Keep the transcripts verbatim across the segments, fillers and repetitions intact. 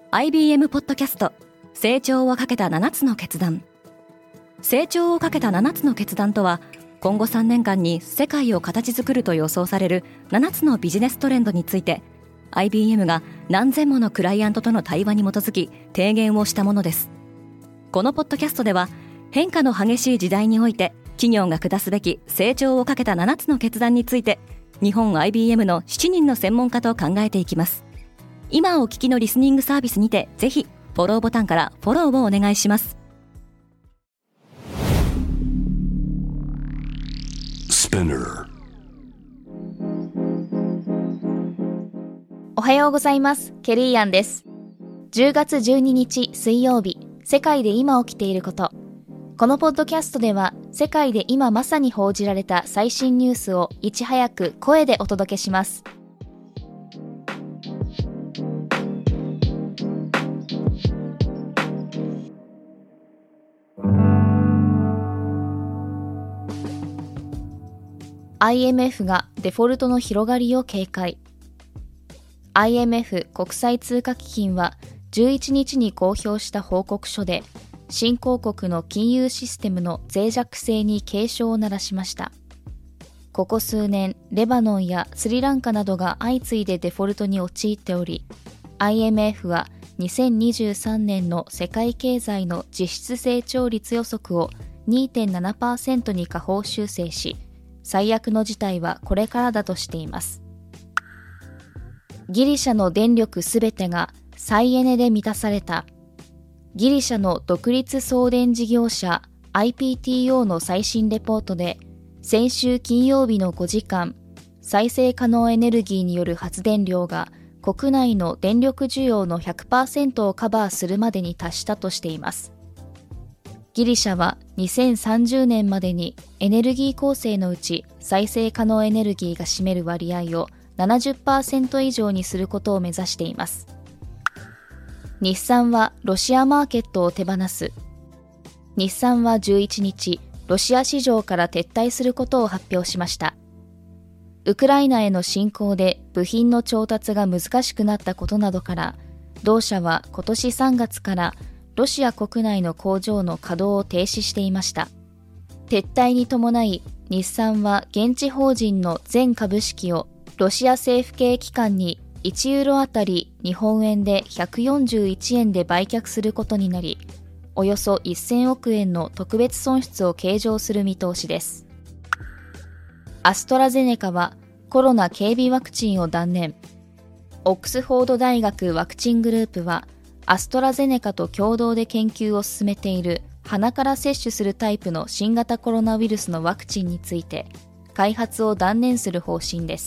アイビーエム ポッドキャスト成長をかけたななつの決断。成長をかけたななつの決断とは、今後さんねんかんに世界を形作ると予想されるななつのビジネストレンドについて アイビーエム が何千ものクライアントとの対話に基づき提言をしたものです。このポッドキャストでは、変化の激しい時代において企業が下すべき成長をかけたななつの決断について、日本 アイビーエム のしちにんの専門家と考えていきます。今お聞きのリスニングサービスにて、ぜひフォローボタンからフォローをお願いします。 おはようございます。ケリーアンです。じゅうがつじゅうににち水曜日、世界で今起きていること。このポッドキャストでは、世界で今まさに報じられた最新ニュースをいち早く声でお届けします。アイエムエフ がデフォルトの広がりを警戒。アイエムエフ 国際通貨基金はじゅういちにちに公表した報告書で、新興国の金融システムの脆弱性に警鐘を鳴らしました。ここ数年、レバノンやスリランカなどが相次いでデフォルトに陥っており、アイエムエフ はにせんにじゅうさんねんの世界経済の実質成長率予測を にてんななパーセント に下方修正し、最悪の事態はこれからだとしています。ギリシャの電力すべてが再エネで満たされた。ギリシャの独立送電事業者 アイピーティーオー の最新レポートで、先週金曜日のごじかん、再生可能エネルギーによる発電量が国内の電力需要の ひゃくパーセント をカバーするまでに達したとしています。ギリシャはにせんさんじゅうねんまでにエネルギー構成のうち再生可能エネルギーが占める割合を ななじゅっパーセント 以上にすることを目指しています。日産はロシアマーケットを手放す。日産はじゅういちにち、ロシア市場から撤退することを発表しました。ウクライナへの侵攻で部品の調達が難しくなったことなどから、同社は今年さんがつからロシア国内の工場の稼働を停止していました。撤退に伴い、日産は現地法人の全株式をロシア政府系機関にいちユーロあたり日本円でひゃくよんじゅういちえんで売却することになり、およそせんおくえんの特別損失を計上する見通しです。アストラゼネカはコロナ警備ワクチンを断念。オックスフォード大学ワクチングループは、アストラゼネカと共同で研究を進めている鼻から接種するタイプの新型コロナウイルスのワクチンについて開発を断念する方針です。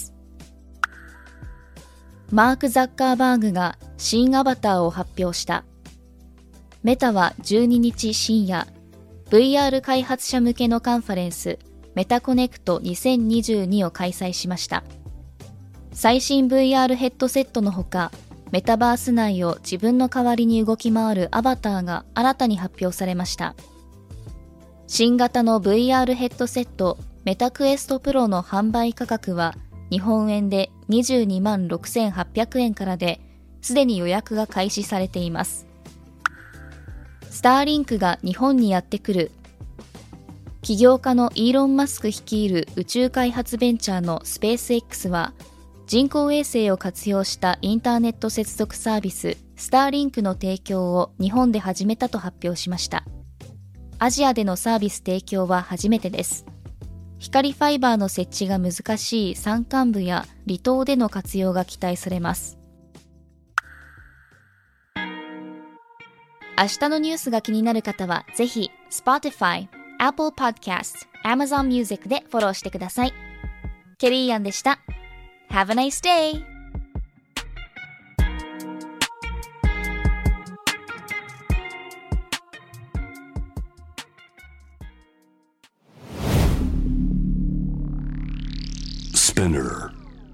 マーク・ザッカーバーグが新アバターを発表した。メタはじゅうににち深夜、ブイアール 開発者向けのカンファレンスメタコネクトにせんにじゅうにを開催しました。最新 ブイアール ヘッドセットのほか、メタバース内を自分の代わりに動き回るアバターが新たに発表されました。新型の ブイアール ヘッドセットメタクエストプロの販売価格は日本円でにじゅうにまんろくせんはっぴゃくえんからで、すでに予約が開始されています。スターリンクが日本にやってくる。起業家のイーロン・マスク率いる宇宙開発ベンチャーのスペース X は、人工衛星を活用したインターネット接続サービススターリンクの提供を日本で始めたと発表しました。アジアでのサービス提供は初めてです。光ファイバーの設置が難しい山間部や離島での活用が期待されます。明日のニュースが気になる方はぜひ Spotify、Apple Podcast、Amazon Music でフォローしてください。ケリーアンでした。Have a nice day! Spinner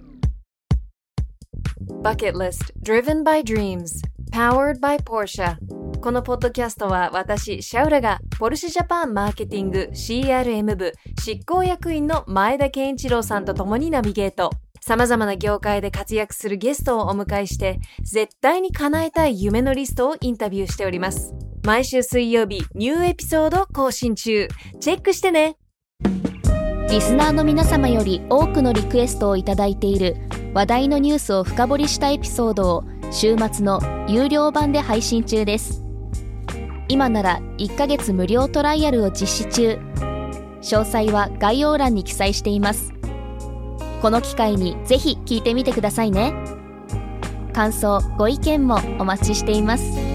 Bucket List Driven by Dreams Powered by Porsche。 このポッドキャストは私シャウラがポルシェジャパンマーケティング シーアールエム 部執行役員の前田健一郎さんと共にナビゲート。 様々な業界で活躍するゲストをお迎えして、絶対に叶えたい夢のリストをインタビューしております。毎週水曜日、ニューエピソード更新中。チェックしてね。 リスナーの皆様より多くのリクエストをいただいている話題のニュースを深掘りしたエピソードを週末の有料版で配信中です。今ならいっかげつ無料トライアルを実施中。詳細は概要欄に記載しています。この機会にぜひ聞いてみてくださいね。感想、ご意見もお待ちしています。